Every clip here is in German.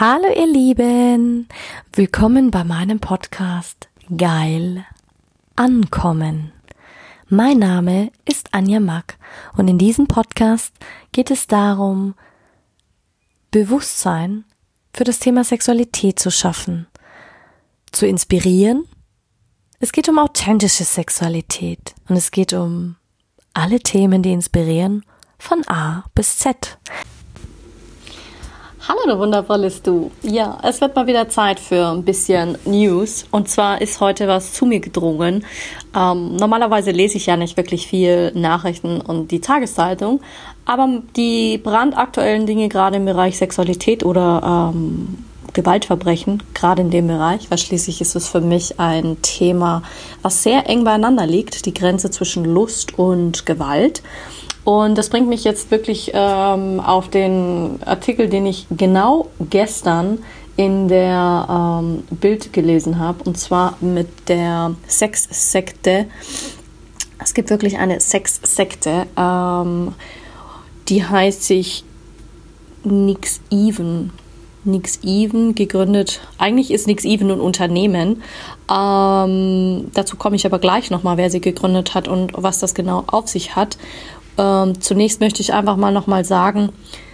Hallo ihr Lieben, willkommen bei meinem Podcast Geil Ankommen. Mein Name ist Anja Mack und in diesem Podcast geht es darum, Bewusstsein für das Thema Sexualität zu schaffen, zu inspirieren. Es geht um authentische Sexualität und es geht um alle Themen, die inspirieren, von A bis Z. Hallo, du wundervolles Du. Ja, es wird mal wieder Zeit für ein bisschen News. Und zwar ist heute was zu mir gedrungen. Normalerweise lese ich ja nicht wirklich viel Nachrichten und die Tageszeitung. Aber die brandaktuellen Dinge gerade im Bereich Sexualität oder Gewaltverbrechen, gerade in dem Bereich, weil schließlich ist es für mich ein Thema, was sehr eng beieinander liegt, die Grenze zwischen Lust und Gewalt. Und das bringt mich jetzt wirklich auf den Artikel, den ich genau gestern in der Bild gelesen habe, und zwar mit der Sexsekte. Es gibt wirklich eine Sexsekte, die heißt sich Nix Even. Nix Even, gegründet, eigentlich ist Nix Even ein Unternehmen. Dazu komme ich aber gleich nochmal, wer sie gegründet hat und was das genau auf sich hat. Zunächst möchte ich einfach mal nochmal sagen,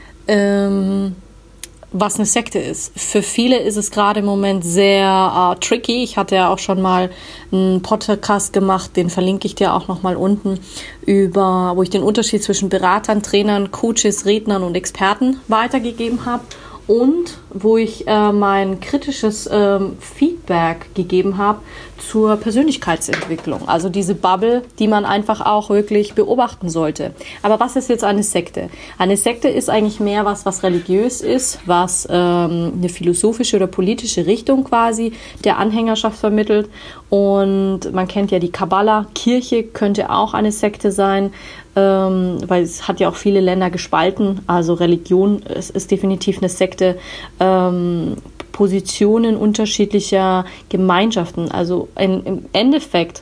was eine Sekte ist. Für viele ist es gerade im Moment sehr tricky. Ich hatte ja auch schon mal einen Podcast gemacht, den verlinke ich dir auch nochmal unten, wo ich den Unterschied zwischen Beratern, Trainern, Coaches, Rednern und Experten weitergegeben habe. Und wo ich mein kritisches Feedback gegeben habe zur Persönlichkeitsentwicklung. Also diese Bubble, die man einfach auch wirklich beobachten sollte. Aber was ist jetzt eine Sekte? Eine Sekte ist eigentlich mehr was religiös ist, was eine philosophische oder politische Richtung quasi der Anhängerschaft vermittelt. Und man kennt ja die Kabbala. Kirche könnte auch eine Sekte sein, weil es hat ja auch viele Länder gespalten. Also Religion ist definitiv eine Sekte. Positionen unterschiedlicher Gemeinschaften. Also im Endeffekt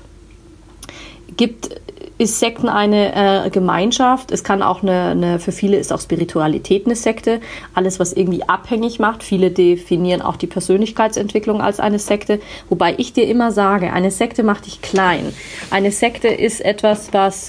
ist Sekten eine Gemeinschaft. Es kann auch für viele ist auch Spiritualität eine Sekte. Alles, was irgendwie abhängig macht. Viele definieren auch die Persönlichkeitsentwicklung als eine Sekte. Wobei ich dir immer sage, eine Sekte macht dich klein. Eine Sekte ist etwas, was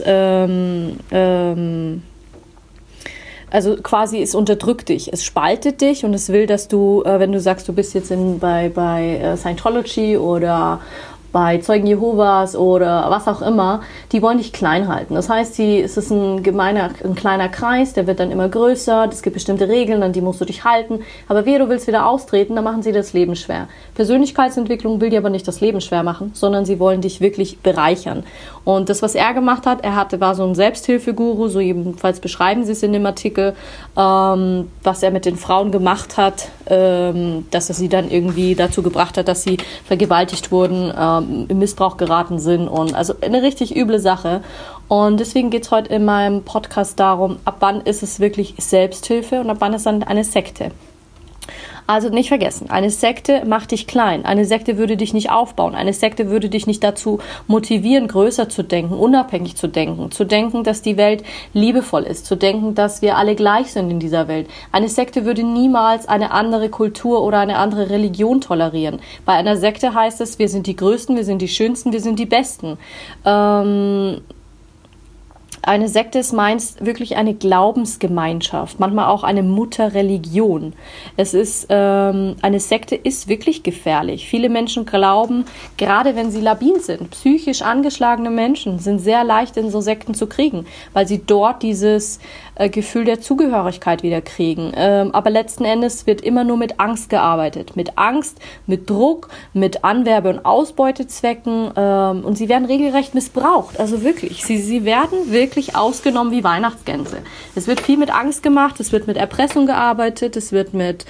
also quasi es unterdrückt dich, es spaltet dich und es will, dass du, wenn du sagst, du bist jetzt bei Scientology oder bei Zeugen Jehovas oder was auch immer, die wollen dich klein halten. Das heißt, es ist ein kleiner Kreis, der wird dann immer größer, es gibt bestimmte Regeln, an die musst du dich halten, aber wehe, du willst wieder austreten, dann machen sie das Leben schwer. Persönlichkeitsentwicklung will dir aber nicht das Leben schwer machen, sondern sie wollen dich wirklich bereichern. Und das, was er gemacht hat, war so ein Selbsthilfeguru, so jedenfalls beschreiben sie es in dem Artikel, was er mit den Frauen gemacht hat, dass er sie dann irgendwie dazu gebracht hat, dass sie vergewaltigt wurden, im Missbrauch geraten sind und also eine richtig üble Sache. Und deswegen geht es heute in meinem Podcast darum, ab wann ist es wirklich Selbsthilfe und ab wann ist dann eine Sekte. Also nicht vergessen, eine Sekte macht dich klein. Eine Sekte würde dich nicht aufbauen. Eine Sekte würde dich nicht dazu motivieren, größer zu denken, unabhängig zu denken, dass die Welt liebevoll ist, zu denken, dass wir alle gleich sind in dieser Welt. Eine Sekte würde niemals eine andere Kultur oder eine andere Religion tolerieren. Bei einer Sekte heißt es, wir sind die Größten, wir sind die Schönsten, wir sind die Besten. Eine Sekte ist meist wirklich eine Glaubensgemeinschaft, manchmal auch eine Mutterreligion. Eine Sekte ist wirklich gefährlich. Viele Menschen glauben, gerade wenn sie labil sind, psychisch angeschlagene Menschen sind sehr leicht in so Sekten zu kriegen, weil sie dort dieses Gefühl der Zugehörigkeit wieder kriegen. Aber letzten Endes wird immer nur mit Angst gearbeitet. Mit Angst, mit Druck, mit Anwerbe- und Ausbeutezwecken. Und sie werden regelrecht missbraucht. Also wirklich, sie werden wirklich ausgenommen wie Weihnachtsgänse. Es wird viel mit Angst gemacht, es wird mit Erpressung gearbeitet, es wird mit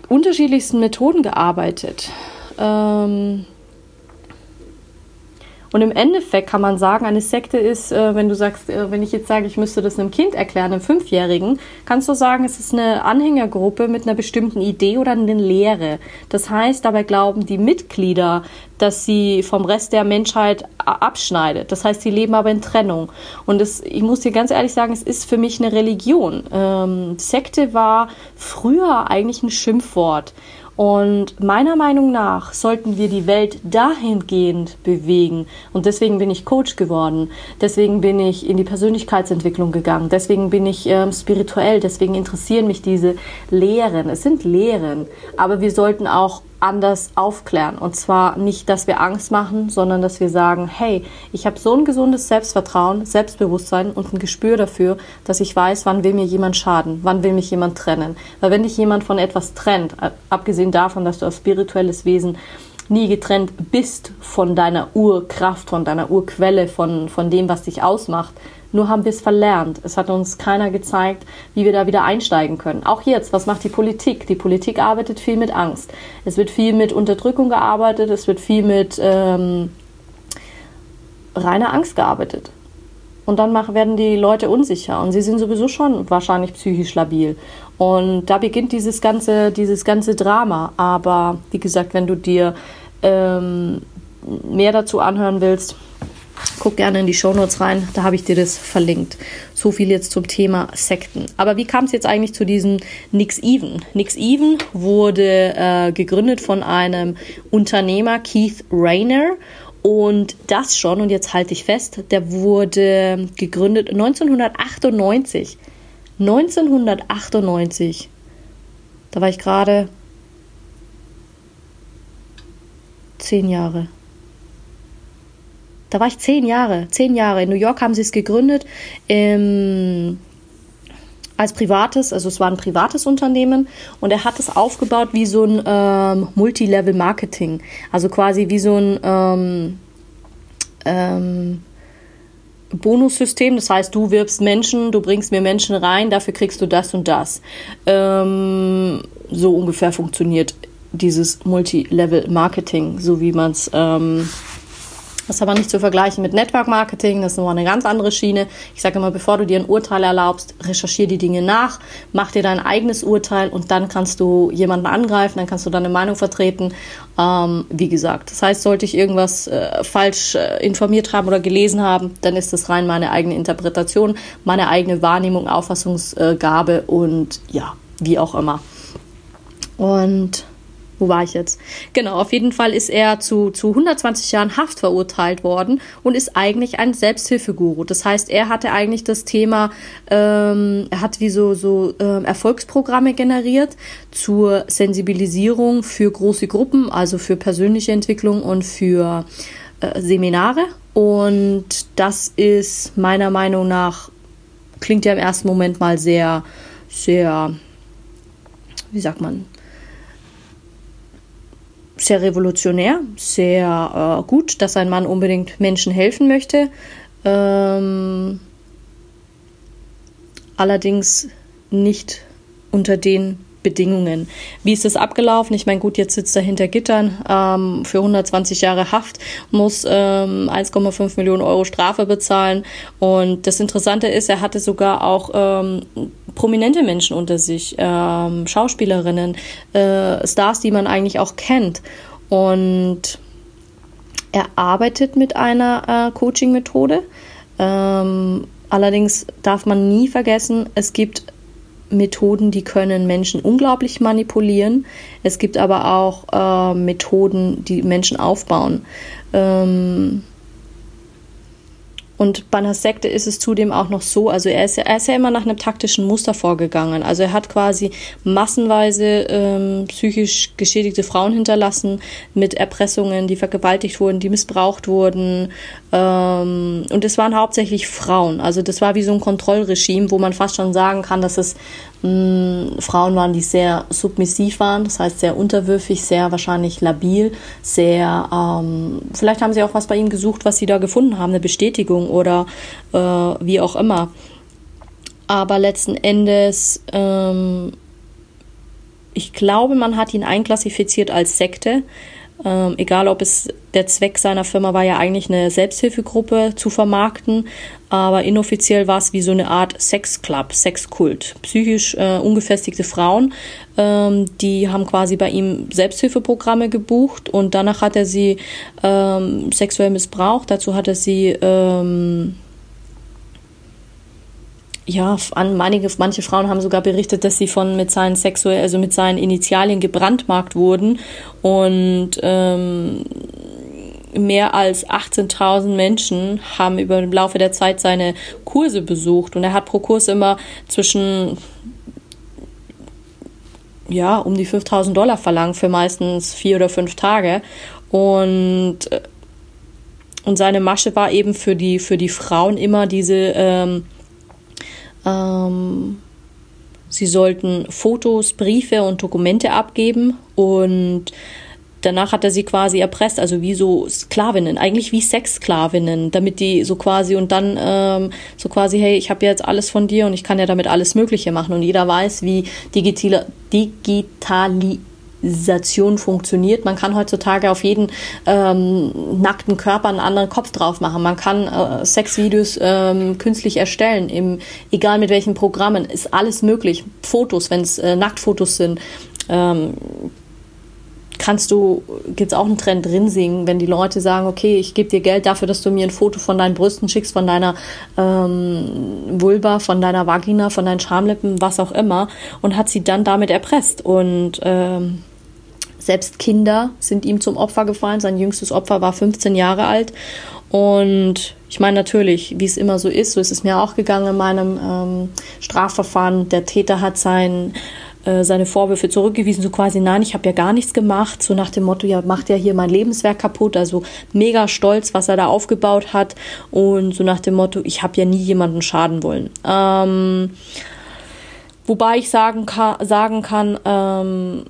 unterschiedlichsten Methoden gearbeitet. Und im Endeffekt kann man sagen, eine Sekte ist, wenn du sagst, wenn ich jetzt sage, ich müsste das einem Kind erklären, einem Fünfjährigen, kannst du sagen, es ist eine Anhängergruppe mit einer bestimmten Idee oder eine Lehre. Das heißt, dabei glauben die Mitglieder, dass sie vom Rest der Menschheit abschneidet. Das heißt, sie leben aber in Trennung. Und ich muss dir ganz ehrlich sagen, es ist für mich eine Religion. Sekte war früher eigentlich ein Schimpfwort. Und meiner Meinung nach sollten wir die Welt dahingehend bewegen. Und deswegen bin ich Coach geworden. Deswegen bin ich in die Persönlichkeitsentwicklung gegangen. Deswegen bin ich spirituell. Deswegen interessieren mich diese Lehren. Es sind Lehren. Aber wir sollten auch anders aufklären. Und zwar nicht, dass wir Angst machen, sondern dass wir sagen, hey, ich habe so ein gesundes Selbstvertrauen, Selbstbewusstsein und ein Gespür dafür, dass ich weiß, wann will mir jemand schaden, wann will mich jemand trennen. Weil wenn dich jemand von etwas trennt, abgesehen davon, dass du als spirituelles Wesen nie getrennt bist von deiner Urkraft, von deiner Urquelle, von dem, was dich ausmacht, nur haben wir es verlernt. Es hat uns keiner gezeigt, wie wir da wieder einsteigen können. Auch jetzt, was macht die Politik? Die Politik arbeitet viel mit Angst. Es wird viel mit Unterdrückung gearbeitet, es wird viel mit reiner Angst gearbeitet. Und dann werden die Leute unsicher und sie sind sowieso schon wahrscheinlich psychisch labil. Und da beginnt dieses ganze Drama. Aber wie gesagt, wenn du dir mehr dazu anhören willst, guck gerne in die Shownotes rein, da habe ich dir das verlinkt. So viel jetzt zum Thema Sekten. Aber wie kam es jetzt eigentlich zu diesem Nix Even? Nix Even wurde gegründet von einem Unternehmer, Keith Rayner. Und das schon, und jetzt halte ich fest, der wurde gegründet 1998. 1998. Da war ich gerade 10 Jahre. Da war ich 10 Jahre. 10 Jahre. In New York haben sie es gegründet als privates, also es war ein privates Unternehmen und er hat es aufgebaut wie so ein Multilevel-Marketing. Also quasi wie so ein Bonussystem. Das heißt, du wirbst Menschen, du bringst mir Menschen rein, dafür kriegst du das und das. So ungefähr funktioniert dieses Multilevel-Marketing, so wie man es das ist aber nicht zu vergleichen mit Network Marketing, das ist nochmal eine ganz andere Schiene. Ich sage immer, bevor du dir ein Urteil erlaubst, recherchiere die Dinge nach, mach dir dein eigenes Urteil und dann kannst du jemanden angreifen, dann kannst du deine Meinung vertreten. Wie gesagt, das heißt, sollte ich irgendwas falsch informiert haben oder gelesen haben, dann ist das rein meine eigene Interpretation, meine eigene Wahrnehmung, Auffassungsgabe und ja, wie auch immer. Und wo war ich jetzt? Genau, auf jeden Fall ist er zu 120 Jahren Haft verurteilt worden und ist eigentlich ein Selbsthilfeguru. Das heißt, er hatte eigentlich das Thema, er hat wie so Erfolgsprogramme generiert zur Sensibilisierung für große Gruppen, also für persönliche Entwicklung und für Seminare. Und das ist meiner Meinung nach, klingt ja im ersten Moment mal sehr, sehr, wie sagt man, sehr revolutionär, sehr gut, dass ein Mann unbedingt Menschen helfen möchte. Allerdings nicht unter den Bedingungen. Wie ist das abgelaufen? Ich meine, gut, jetzt sitzt er hinter Gittern für 120 Jahre Haft, muss 1,5 Millionen Euro Strafe bezahlen. Und das Interessante ist, er hatte sogar auch prominente Menschen unter sich, Schauspielerinnen, Stars, die man eigentlich auch kennt. Und er arbeitet mit einer Coaching-Methode. Allerdings darf man nie vergessen, es gibt Methoden, die können Menschen unglaublich manipulieren. Es gibt aber auch Methoden, die Menschen aufbauen. Und bei einer Sekte ist es zudem auch noch so, also er ist ja immer nach einem taktischen Muster vorgegangen. Also er hat quasi massenweise psychisch geschädigte Frauen hinterlassen mit Erpressungen, die vergewaltigt wurden, die missbraucht wurden. Und es waren hauptsächlich Frauen. Also das war wie so ein Kontrollregime, wo man fast schon sagen kann, dass es Frauen waren, die sehr submissiv waren, das heißt sehr unterwürfig, sehr wahrscheinlich labil, sehr, vielleicht haben sie auch was bei ihm gesucht, was sie da gefunden haben, eine Bestätigung oder wie auch immer. Aber letzten Endes, ich glaube, man hat ihn einklassifiziert als Sekte. Egal, ob es der Zweck seiner Firma war, ja eigentlich eine Selbsthilfegruppe zu vermarkten, aber inoffiziell war es wie so eine Art Sexclub, Sexkult. Psychisch ungefestigte Frauen, die haben quasi bei ihm Selbsthilfeprogramme gebucht und danach hat er sie sexuell missbraucht. Dazu hat er sie manche Frauen haben sogar berichtet, dass sie mit seinen Initialien gebrandmarkt wurden und mehr als 18.000 Menschen haben über den Laufe der Zeit seine Kurse besucht und er hat pro Kurs immer zwischen um die $5.000 verlangt für meistens 4 oder 5 Tage und seine Masche war eben für die Frauen immer diese sie sollten Fotos, Briefe und Dokumente abgeben und danach hat er sie quasi erpresst, also wie so Sklavinnen, eigentlich wie Sexsklavinnen, damit die so quasi und dann hey, ich habe jetzt alles von dir und ich kann ja damit alles Mögliche machen und jeder weiß, wie Digitalisation funktioniert. Man kann heutzutage auf jeden nackten Körper einen anderen Kopf drauf machen. Man kann Sexvideos künstlich erstellen, egal mit welchen Programmen, ist alles möglich. Fotos, wenn es Nacktfotos sind, gibt's auch einen Trend drin singen, wenn die Leute sagen, okay, ich gebe dir Geld dafür, dass du mir ein Foto von deinen Brüsten schickst, von deiner Vulva, von deiner Vagina, von deinen Schamlippen, was auch immer und hat sie dann damit erpresst und selbst Kinder sind ihm zum Opfer gefallen. Sein jüngstes Opfer war 15 Jahre alt. Und ich meine natürlich, wie es immer so ist es mir auch gegangen in meinem Strafverfahren. Der Täter hat seine Vorwürfe zurückgewiesen, so quasi, nein, ich habe ja gar nichts gemacht. So nach dem Motto, ja, macht ja hier mein Lebenswerk kaputt. Also mega stolz, was er da aufgebaut hat. Und so nach dem Motto, ich habe ja nie jemanden schaden wollen. Wobei ich sagen kann,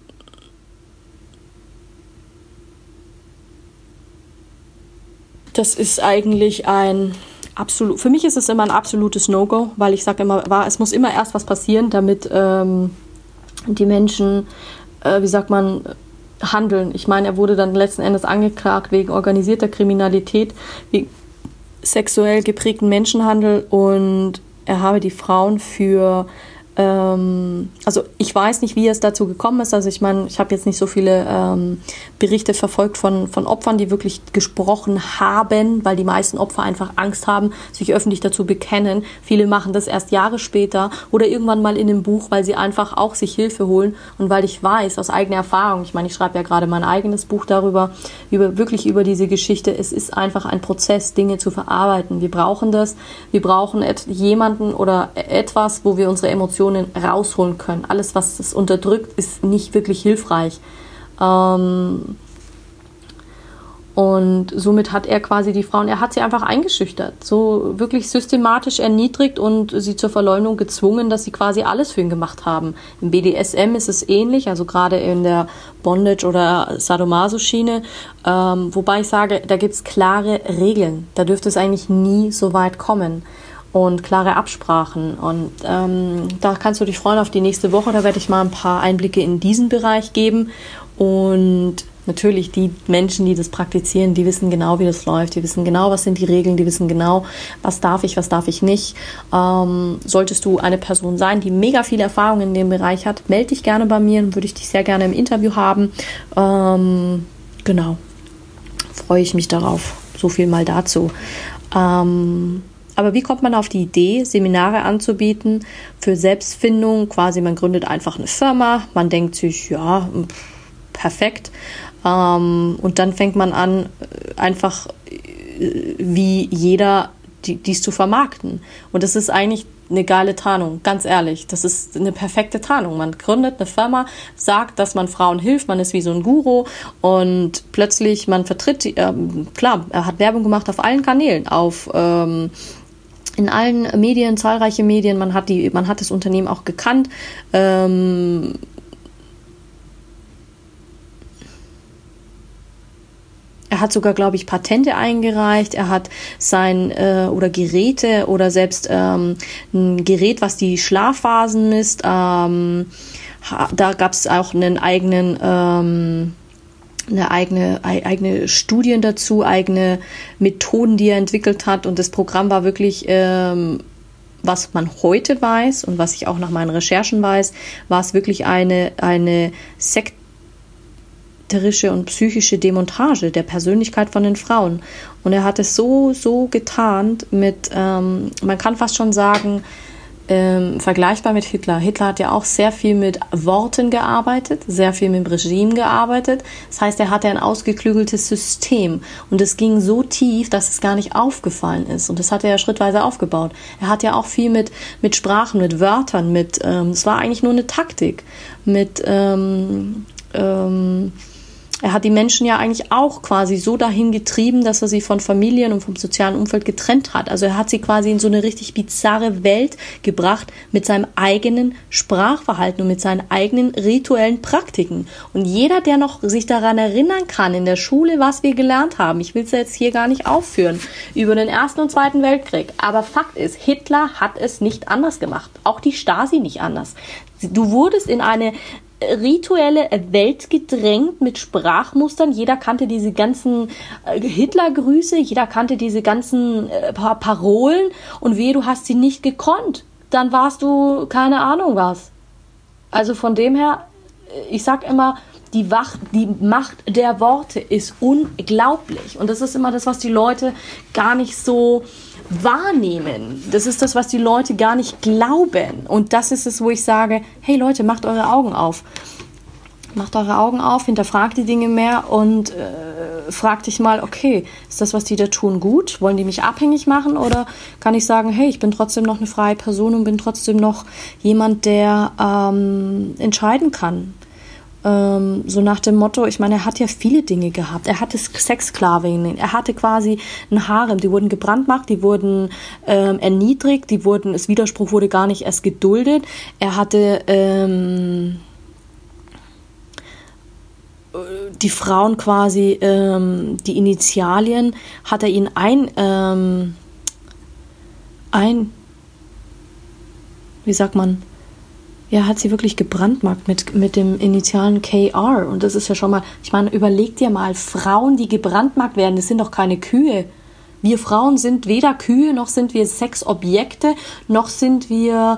das ist eigentlich für mich ist es immer ein absolutes No-Go, weil ich sage immer, es muss immer erst was passieren, damit die Menschen, handeln. Ich meine, er wurde dann letzten Endes angeklagt wegen organisierter Kriminalität, wegen sexuell geprägten Menschenhandel und er habe die Frauen also ich weiß nicht, wie es dazu gekommen ist. Also ich meine, ich habe jetzt nicht so viele Berichte verfolgt von Opfern, die wirklich gesprochen haben, weil die meisten Opfer einfach Angst haben, sich öffentlich dazu bekennen. Viele machen das erst Jahre später oder irgendwann mal in einem Buch, weil sie einfach auch sich Hilfe holen und weil ich weiß aus eigener Erfahrung, ich meine, ich schreibe ja gerade mein eigenes Buch darüber, über diese Geschichte. Es ist einfach ein Prozess, Dinge zu verarbeiten. Wir brauchen das. Wir brauchen jemanden oder etwas, wo wir unsere Emotionen rausholen können. Alles, was das unterdrückt, ist nicht wirklich hilfreich. Und somit hat er quasi die Frauen, er hat sie einfach eingeschüchtert, so wirklich systematisch erniedrigt und sie zur Verleumdung gezwungen, dass sie quasi alles für ihn gemacht haben. Im BDSM ist es ähnlich, also gerade in der Bondage- oder Sadomaso-Schiene, wobei ich sage, da gibt es klare Regeln. Da dürfte es eigentlich nie so weit kommen. Und klare Absprachen. Und da kannst du dich freuen auf die nächste Woche. Da werde ich mal ein paar Einblicke in diesen Bereich geben. Und natürlich die Menschen, die das praktizieren, die wissen genau, wie das läuft. Die wissen genau, was sind die Regeln. Die wissen genau, was darf ich nicht. Solltest du eine Person sein, die mega viel Erfahrung in dem Bereich hat, melde dich gerne bei mir. Dann würde ich dich sehr gerne im Interview haben. Genau. Freue ich mich darauf. So viel mal dazu. Aber wie kommt man auf die Idee, Seminare anzubieten für Selbstfindung? Quasi, man gründet einfach eine Firma, man denkt sich, ja, perfekt. Und dann fängt man an, einfach wie jeder dies zu vermarkten. Und das ist eigentlich eine geile Tarnung, ganz ehrlich. Das ist eine perfekte Tarnung. Man gründet eine Firma, sagt, dass man Frauen hilft, man ist wie so ein Guru und plötzlich, man vertritt, klar, er hat Werbung gemacht auf allen Kanälen, in allen Medien, zahlreiche Medien, man hat das Unternehmen auch gekannt. Er hat sogar, glaube ich, Patente eingereicht. Er hat Geräte oder selbst ein Gerät, was die Schlafphasen misst. Da gab es auch einen eigenen eine eigene Studien dazu, eigene Methoden, die er entwickelt hat. Und das Programm war wirklich, was man heute weiß und was ich auch nach meinen Recherchen weiß, war es wirklich eine sekterische und psychische Demontage der Persönlichkeit von den Frauen. Und er hat es so getarnt mit, man kann fast schon sagen, vergleichbar mit Hitler. Hitler hat ja auch sehr viel mit Worten gearbeitet, sehr viel mit dem Regime gearbeitet. Das heißt, er hatte ein ausgeklügeltes System und es ging so tief, dass es gar nicht aufgefallen ist. Und das hat er ja schrittweise aufgebaut. Er hat ja auch viel mit Sprachen, mit Wörtern, es war eigentlich nur eine Taktik, er hat die Menschen ja eigentlich auch quasi so dahin getrieben, dass er sie von Familien und vom sozialen Umfeld getrennt hat. Also er hat sie quasi in so eine richtig bizarre Welt gebracht mit seinem eigenen Sprachverhalten und mit seinen eigenen rituellen Praktiken. Und jeder, der noch sich daran erinnern kann in der Schule, was wir gelernt haben, ich will es jetzt hier gar nicht aufführen, über den Ersten und Zweiten Weltkrieg. Aber Fakt ist, Hitler hat es nicht anders gemacht. Auch die Stasi nicht anders. Du wurdest in eine rituelle Welt gedrängt mit Sprachmustern. Jeder kannte diese ganzen Hitlergrüße, jeder kannte diese ganzen Parolen und wehe, du hast sie nicht gekonnt. Dann warst du keine Ahnung was. Also von dem her, ich sag immer, die Macht der Worte ist unglaublich. Und das ist immer das, was die Leute gar nicht so wahrnehmen. Das ist das, was die Leute gar nicht glauben. Und das ist es, wo ich sage, hey Leute, macht eure Augen auf. Macht eure Augen auf, hinterfragt die Dinge mehr und fragt dich mal, okay, ist das, was die da tun, gut? Wollen die mich abhängig machen? Oder kann ich sagen, hey, ich bin trotzdem noch eine freie Person und bin trotzdem noch jemand, der entscheiden kann? So nach dem Motto, ich meine, er hat ja viele Dinge gehabt. Er hatte Sexsklavinnen, er hatte quasi ein Harem, die wurden gebrandmarkt, die wurden erniedrigt, das Widerspruch wurde gar nicht erst geduldet. Er hatte die Frauen quasi, die Initialien, hat er ihnen wie sagt man, er hat sie wirklich gebrandmarkt mit dem Initialen KR. Und das ist ja schon mal, ich meine, überleg dir mal, Frauen, die gebrandmarkt werden, das sind doch keine Kühe. Wir Frauen sind weder Kühe, noch sind wir Sexobjekte, noch sind wir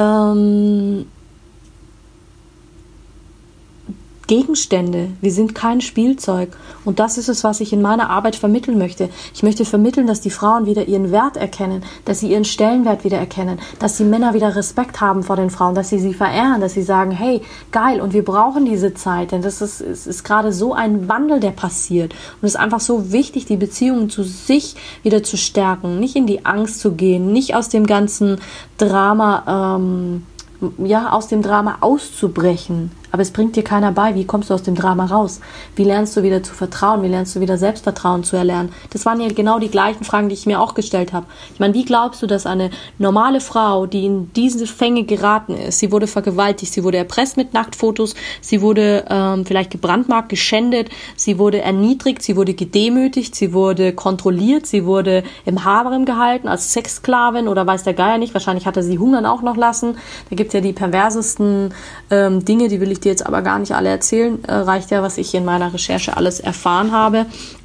Gegenstände. Wir sind kein Spielzeug. Und das ist es, was ich in meiner Arbeit vermitteln möchte. Ich möchte vermitteln, dass die Frauen wieder ihren Wert erkennen, dass sie ihren Stellenwert wieder erkennen, dass die Männer wieder Respekt haben vor den Frauen, dass sie sie verehren, dass sie sagen, hey, geil, und wir brauchen diese Zeit, denn es ist gerade so ein Wandel, der passiert. Und es ist einfach so wichtig, die Beziehungen zu sich wieder zu stärken, nicht in die Angst zu gehen, nicht aus dem ganzen Drama, aus dem Drama auszubrechen. Aber es bringt dir keiner bei. Wie kommst du aus dem Drama raus? Wie lernst du wieder zu vertrauen? Wie lernst du wieder Selbstvertrauen zu erlernen? Das waren ja genau die gleichen Fragen, die ich mir auch gestellt habe. Ich meine, wie glaubst du, dass eine normale Frau, die in diese Fänge geraten ist, sie wurde vergewaltigt, sie wurde erpresst mit Nacktfotos, sie wurde vielleicht gebrandmarkt, geschändet, sie wurde erniedrigt, sie wurde gedemütigt, sie wurde kontrolliert, sie wurde im Harem gehalten als Sexsklavin oder weiß der Geier nicht. Wahrscheinlich hat er sie hungern auch noch lassen. Da gibt es ja die perversesten Dinge, die will ich dir jetzt aber gar nicht alle erzählen. Reicht ja, was ich in meiner Recherche alles erfahren habe.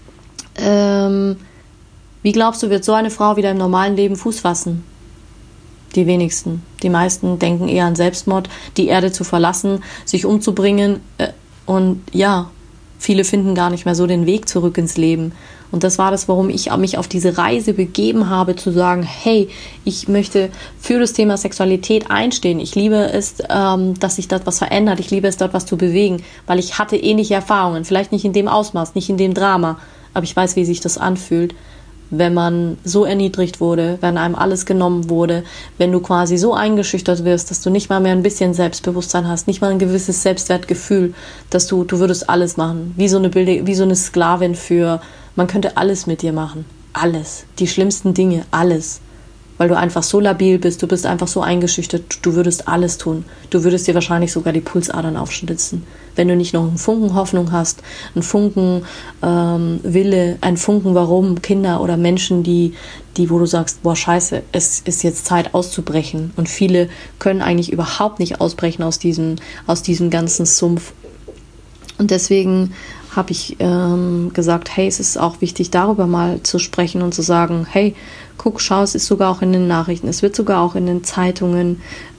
Wie glaubst du, wird so eine Frau wieder im normalen Leben Fuß fassen? Die wenigsten. Die meisten denken eher an Selbstmord, die Erde zu verlassen, sich umzubringen. Und ja, viele finden gar nicht mehr so den Weg zurück ins Leben. Und das war das, warum ich mich auf diese Reise begeben habe, zu sagen, hey, ich möchte für das Thema Sexualität einstehen. Ich liebe es, dass sich dort was verändert. Ich liebe es, dort was zu bewegen, weil ich hatte ähnliche Erfahrungen. Vielleicht nicht in dem Ausmaß, nicht in dem Drama, aber ich weiß, wie sich das anfühlt, wenn man so erniedrigt wurde, wenn einem alles genommen wurde, wenn du quasi so eingeschüchtert wirst, dass du nicht mal mehr ein bisschen Selbstbewusstsein hast, nicht mal ein gewisses Selbstwertgefühl, dass du würdest alles machen, wie so eine Sklavin für, man könnte alles mit dir machen, alles, die schlimmsten Dinge, alles, weil du einfach so labil bist, du bist einfach so eingeschüchtert, du würdest alles tun, du würdest dir wahrscheinlich sogar die Pulsadern aufschlitzen, wenn du nicht noch einen Funken Hoffnung hast, einen Funken Wille, einen Funken Warum, Kinder oder Menschen, die wo du sagst, boah scheiße, es ist jetzt Zeit auszubrechen, und viele können eigentlich überhaupt nicht ausbrechen aus diesem ganzen Sumpf. Und deswegen habe ich gesagt, hey, es ist auch wichtig, darüber mal zu sprechen und zu sagen, hey, schau, es ist sogar auch in den Nachrichten, es wird sogar auch in den Zeitungen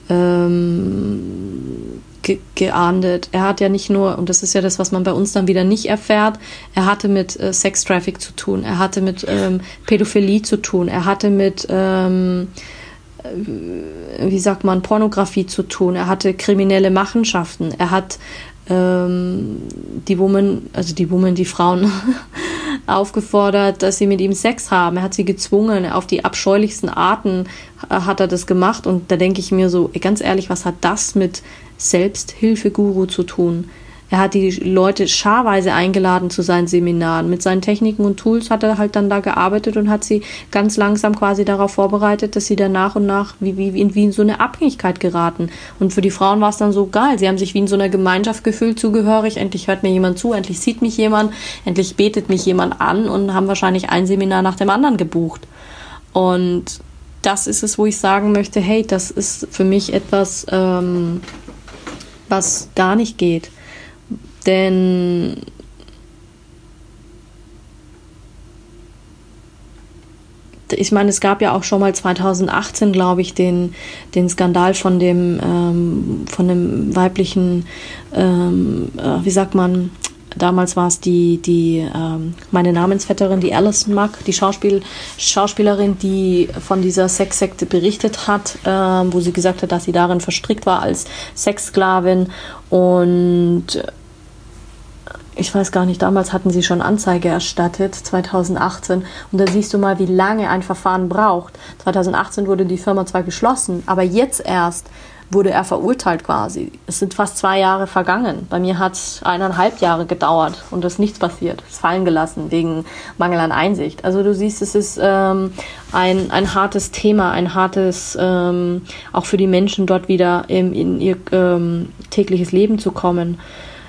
geahndet. Er hat ja nicht nur, und das ist ja das, was man bei uns dann wieder nicht erfährt, er hatte mit Sex-Traffic zu tun, er hatte mit Pädophilie zu tun, er hatte mit Pornografie zu tun, er hatte kriminelle Machenschaften, er hat die Frauen aufgefordert, dass sie mit ihm Sex haben. Er hat sie gezwungen, auf die abscheulichsten Arten hat er das gemacht. Und da denke ich mir so, ganz ehrlich, was hat das mit Selbsthilfeguru zu tun? Er hat die Leute scharweise eingeladen zu seinen Seminaren. Mit seinen Techniken und Tools hat er halt dann da gearbeitet und hat sie ganz langsam quasi darauf vorbereitet, dass sie dann nach und nach wie in so eine Abhängigkeit geraten. Und für die Frauen war es dann so geil. Sie haben sich wie in so einer Gemeinschaft gefühlt, zugehörig. Endlich hört mir jemand zu, endlich sieht mich jemand, endlich betet mich jemand an und haben wahrscheinlich ein Seminar nach dem anderen gebucht. Und das ist es, wo ich sagen möchte, hey, das ist für mich etwas, was gar nicht geht. Denn ich meine, es gab ja auch schon mal 2018, glaube ich, den Skandal von dem weiblichen, damals war es meine Namensvetterin, die Alison Mack, die Schauspielerin, die von dieser Sexsekte berichtet hat, wo sie gesagt hat, dass sie darin verstrickt war als Sexsklavin. Und ich weiß gar nicht, damals hatten sie schon Anzeige erstattet, 2018. Und da siehst du mal, wie lange ein Verfahren braucht. 2018 wurde die Firma zwar geschlossen, aber jetzt erst wurde er verurteilt quasi. Es sind fast 2 Jahre vergangen. Bei mir hat es 1,5 Jahre gedauert und es ist nichts passiert. Es ist fallen gelassen wegen Mangel an Einsicht. Also du siehst, es ist ein hartes Thema, ein hartes, auch für die Menschen dort wieder in ihr tägliches Leben zu kommen.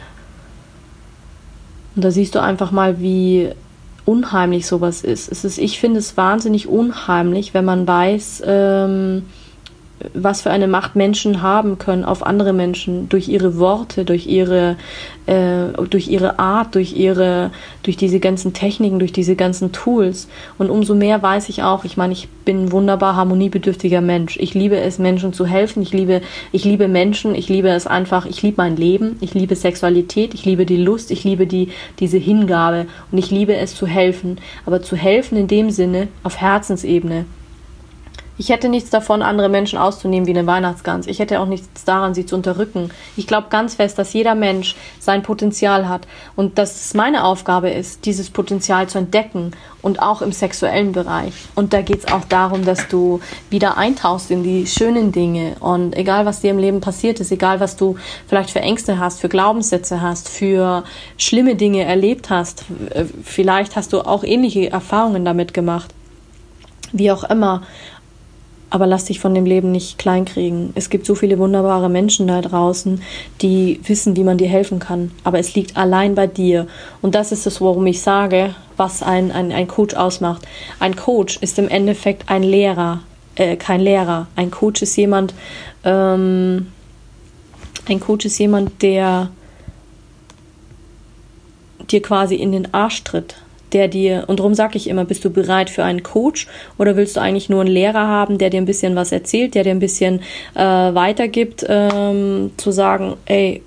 Und da siehst du einfach mal, wie unheimlich sowas ist. Ich finde es wahnsinnig unheimlich, wenn man weiß, was für eine Macht Menschen haben können auf andere Menschen durch ihre Worte, durch ihre Art, durch diese ganzen Techniken, durch diese ganzen Tools. Und umso mehr weiß ich auch, ich meine, ich bin ein wunderbar harmoniebedürftiger Mensch. Ich liebe es, Menschen zu helfen. Ich liebe Menschen. Ich liebe es einfach. Ich liebe mein Leben. Ich liebe Sexualität. Ich liebe die Lust. Ich liebe diese Hingabe. Und ich liebe es zu helfen. Aber zu helfen in dem Sinne auf Herzensebene. Ich hätte nichts davon, andere Menschen auszunehmen wie eine Weihnachtsgans. Ich hätte auch nichts daran, sie zu unterdrücken. Ich glaube ganz fest, dass jeder Mensch sein Potenzial hat und dass es meine Aufgabe ist, dieses Potenzial zu entdecken und auch im sexuellen Bereich. Und da geht es auch darum, dass du wieder eintauchst in die schönen Dinge und egal, was dir im Leben passiert ist, egal, was du vielleicht für Ängste hast, für Glaubenssätze hast, für schlimme Dinge erlebt hast, vielleicht hast du auch ähnliche Erfahrungen damit gemacht, wie auch immer. Aber lass dich von dem Leben nicht kleinkriegen. Es gibt so viele wunderbare Menschen da draußen, die wissen, wie man dir helfen kann. Aber es liegt allein bei dir. Und das ist es, worum ich sage, was ein Coach ausmacht. Ein Coach ist im Endeffekt ein Lehrer, kein Lehrer. Ein Coach ist jemand, der dir quasi in den Arsch tritt. Und darum sage ich immer, bist du bereit für einen Coach oder willst du eigentlich nur einen Lehrer haben, der dir ein bisschen was erzählt, der dir ein bisschen weitergibt, zu sagen, ey,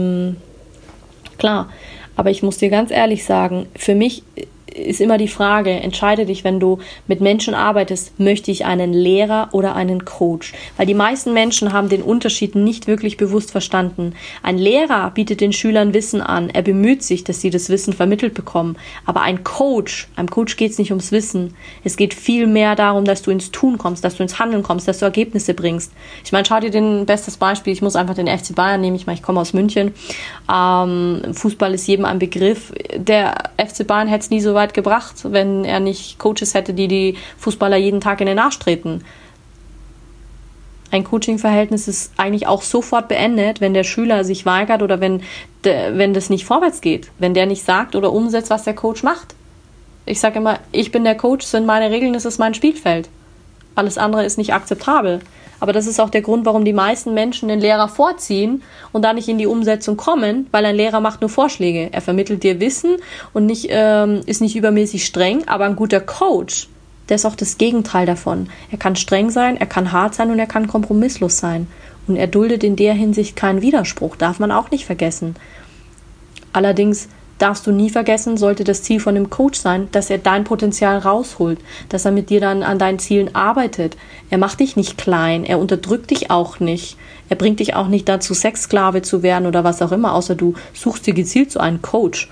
klar, aber ich muss dir ganz ehrlich sagen, für mich ist immer die Frage, entscheide dich, wenn du mit Menschen arbeitest, möchte ich einen Lehrer oder einen Coach? Weil die meisten Menschen haben den Unterschied nicht wirklich bewusst verstanden. Ein Lehrer bietet den Schülern Wissen an, er bemüht sich, dass sie das Wissen vermittelt bekommen. Aber einem Coach geht es nicht ums Wissen. Es geht viel mehr darum, dass du ins Tun kommst, dass du ins Handeln kommst, dass du Ergebnisse bringst. Ich meine, schau dir bestes Beispiel, ich muss einfach den FC Bayern nehmen, ich komme aus München. Fußball ist jedem ein Begriff. Der FC Bayern hätte es nie so weit gebracht, wenn er nicht Coaches hätte, die Fußballer jeden Tag in den Arsch treten. Ein Coaching-Verhältnis ist eigentlich auch sofort beendet, wenn der Schüler sich weigert oder wenn das nicht vorwärts geht, wenn der nicht sagt oder umsetzt, was der Coach macht. Ich sage immer, ich bin der Coach, sind meine Regeln, das ist mein Spielfeld. Alles andere ist nicht akzeptabel. Aber das ist auch der Grund, warum die meisten Menschen den Lehrer vorziehen und da nicht in die Umsetzung kommen, weil ein Lehrer macht nur Vorschläge. Er vermittelt dir Wissen und ist nicht übermäßig streng, aber ein guter Coach, der ist auch das Gegenteil davon. Er kann streng sein, er kann hart sein und er kann kompromisslos sein. Und er duldet in der Hinsicht keinen Widerspruch, darf man auch nicht vergessen. Allerdings darfst du nie vergessen, sollte das Ziel von dem Coach sein, dass er dein Potenzial rausholt, dass er mit dir dann an deinen Zielen arbeitet. Er macht dich nicht klein, er unterdrückt dich auch nicht. Er bringt dich auch nicht dazu, Sexsklave zu werden oder was auch immer, außer du suchst dir gezielt so einen Coach.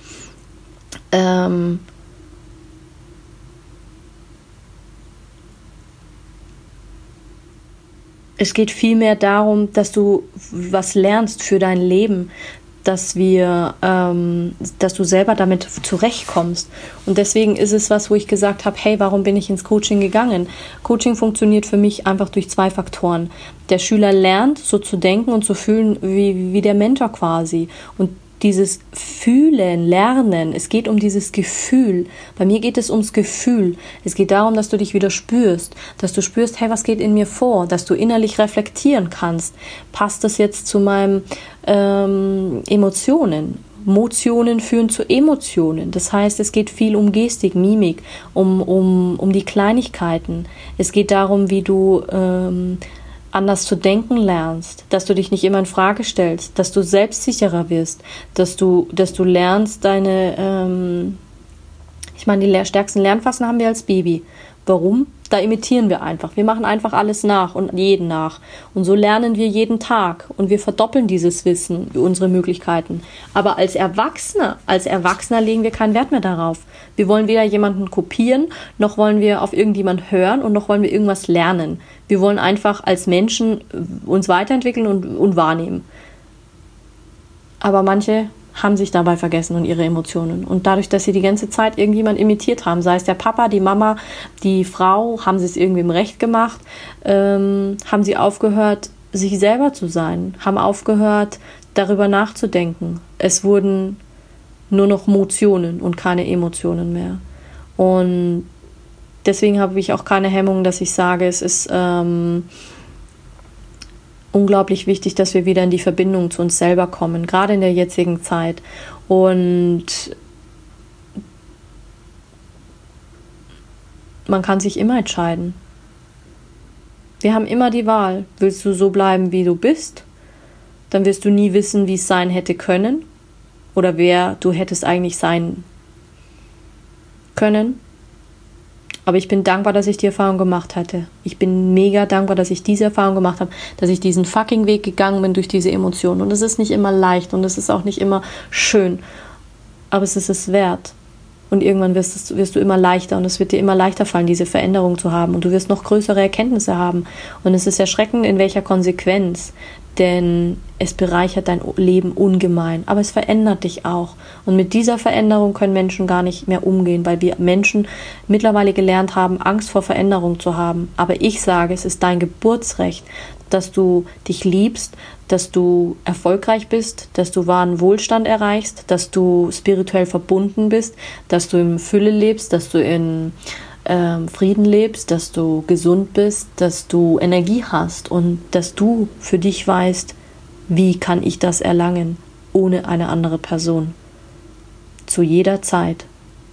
Es geht vielmehr darum, dass du was lernst für dein Leben, dass du selber damit zurechtkommst. Und deswegen ist es was, wo ich gesagt habe, hey, warum bin ich ins Coaching gegangen? Coaching funktioniert für mich einfach durch 2 Faktoren. Der Schüler lernt, so zu denken und zu fühlen wie der Mentor quasi. Und dieses Fühlen, Lernen, es geht um dieses Gefühl. Bei mir geht es ums Gefühl. Es geht darum, dass du dich wieder spürst, dass du spürst, hey, was geht in mir vor, dass du innerlich reflektieren kannst. Passt das jetzt zu meinen Emotionen? Motionen führen zu Emotionen. Das heißt, es geht viel um Gestik, Mimik, um die Kleinigkeiten. Es geht darum, wie du anders zu denken lernst, dass du dich nicht immer in Frage stellst, dass du selbstsicherer wirst, dass du lernst, die stärksten Lernphasen haben wir als Baby. Warum? Da imitieren wir einfach. Wir machen einfach alles nach und jeden nach. Und so lernen wir jeden Tag und wir verdoppeln dieses Wissen, unsere Möglichkeiten. Aber als Erwachsener legen wir keinen Wert mehr darauf. Wir wollen weder jemanden kopieren, noch wollen wir auf irgendjemand hören und noch wollen wir irgendwas lernen. Wir wollen einfach als Menschen uns weiterentwickeln und wahrnehmen. Aber manche haben sich dabei vergessen und ihre Emotionen. Und dadurch, dass sie die ganze Zeit irgendjemand imitiert haben, sei es der Papa, die Mama, die Frau, haben sie es irgendwem recht gemacht, haben sie aufgehört, sich selber zu sein, haben aufgehört, darüber nachzudenken. Es wurden nur noch Motionen und keine Emotionen mehr. Und deswegen habe ich auch keine Hemmung, dass ich sage, es ist unglaublich wichtig, dass wir wieder in die Verbindung zu uns selber kommen, gerade in der jetzigen Zeit. Und man kann sich immer entscheiden. Wir haben immer die Wahl. Willst du so bleiben, wie du bist? Dann wirst du nie wissen, wie es sein hätte können oder wer du hättest eigentlich sein können. Aber ich bin dankbar, dass ich die Erfahrung gemacht hatte. Ich bin mega dankbar, dass ich diese Erfahrung gemacht habe, dass ich diesen fucking Weg gegangen bin durch diese Emotionen. Und es ist nicht immer leicht und es ist auch nicht immer schön. Aber es ist es wert. Und irgendwann wirst du immer leichter und es wird dir immer leichter fallen, diese Veränderung zu haben. Und du wirst noch größere Erkenntnisse haben. Und es ist erschreckend, in welcher Konsequenz. Denn es bereichert dein Leben ungemein, aber es verändert dich auch. Und mit dieser Veränderung können Menschen gar nicht mehr umgehen, weil wir Menschen mittlerweile gelernt haben, Angst vor Veränderung zu haben. Aber ich sage, es ist dein Geburtsrecht, dass du dich liebst, dass du erfolgreich bist, dass du wahren Wohlstand erreichst, dass du spirituell verbunden bist, dass du in Fülle lebst, dass du in Frieden lebst, dass du gesund bist, dass du Energie hast und dass du für dich weißt, wie kann ich das erlangen, ohne eine andere Person. Zu jeder Zeit.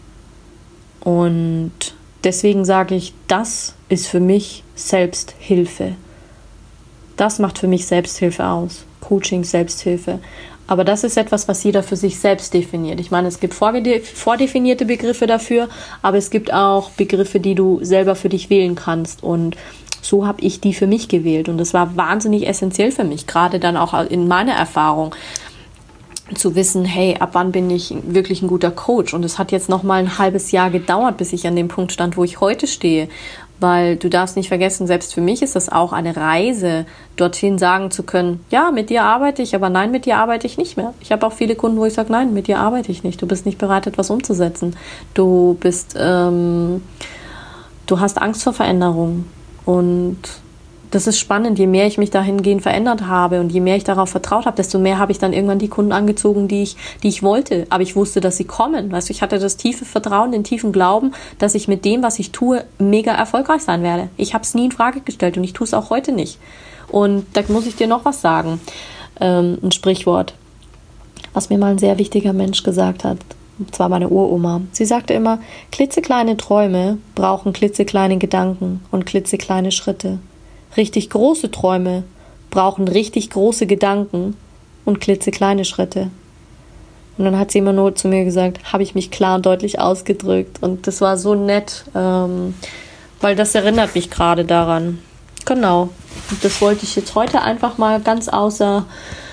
Und deswegen sage ich, das ist für mich Selbsthilfe. Das macht für mich Selbsthilfe aus. Coaching, Selbsthilfe. Aber das ist etwas, was jeder für sich selbst definiert. Ich meine, es gibt vordefinierte Begriffe dafür, aber es gibt auch Begriffe, die du selber für dich wählen kannst. Und so habe ich die für mich gewählt. Und das war wahnsinnig essentiell für mich, gerade dann auch in meiner Erfahrung, zu wissen, hey, ab wann bin ich wirklich ein guter Coach? Und es hat jetzt noch mal ein halbes Jahr gedauert, bis ich an dem Punkt stand, wo ich heute stehe. Weil du darfst nicht vergessen, selbst für mich ist das auch eine Reise, dorthin sagen zu können, ja, mit dir arbeite ich, aber nein, mit dir arbeite ich nicht mehr. Ich habe auch viele Kunden, wo ich sage, nein, mit dir arbeite ich nicht. Du bist nicht bereit, etwas umzusetzen. Du hast Angst vor Veränderung. Und das ist spannend. Je mehr ich mich dahingehend verändert habe und je mehr ich darauf vertraut habe, desto mehr habe ich dann irgendwann die Kunden angezogen, die ich wollte. Aber ich wusste, dass sie kommen. Weißt du, ich hatte das tiefe Vertrauen, den tiefen Glauben, dass ich mit dem, was ich tue, mega erfolgreich sein werde. Ich habe es nie in Frage gestellt und ich tue es auch heute nicht. Und da muss ich dir noch was sagen. Ein Sprichwort, was mir mal ein sehr wichtiger Mensch gesagt hat. Und zwar meine Uroma. Sie sagte immer, klitzekleine Träume brauchen klitzekleine Gedanken und klitzekleine Schritte. Richtig große Träume brauchen richtig große Gedanken und klitzekleine Schritte. Und dann hat sie immer nur zu mir gesagt, habe ich mich klar und deutlich ausgedrückt. Und das war so nett, weil das erinnert mich gerade daran. Genau. Und das wollte ich jetzt heute einfach mal ganz außer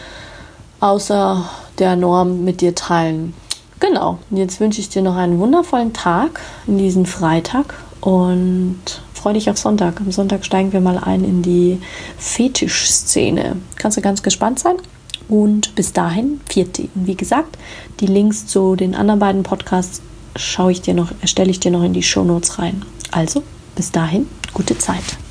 der Norm mit dir teilen. Genau. Und jetzt wünsche ich dir noch einen wundervollen Tag in diesen Freitag und freue dich auf Sonntag. Am Sonntag steigen wir mal ein in die Fetischszene. Kannst du ganz gespannt sein. Und bis dahin, Vierti. Und wie gesagt, die Links zu den anderen beiden Podcasts stelle ich dir noch in die Shownotes rein. Also, bis dahin, gute Zeit.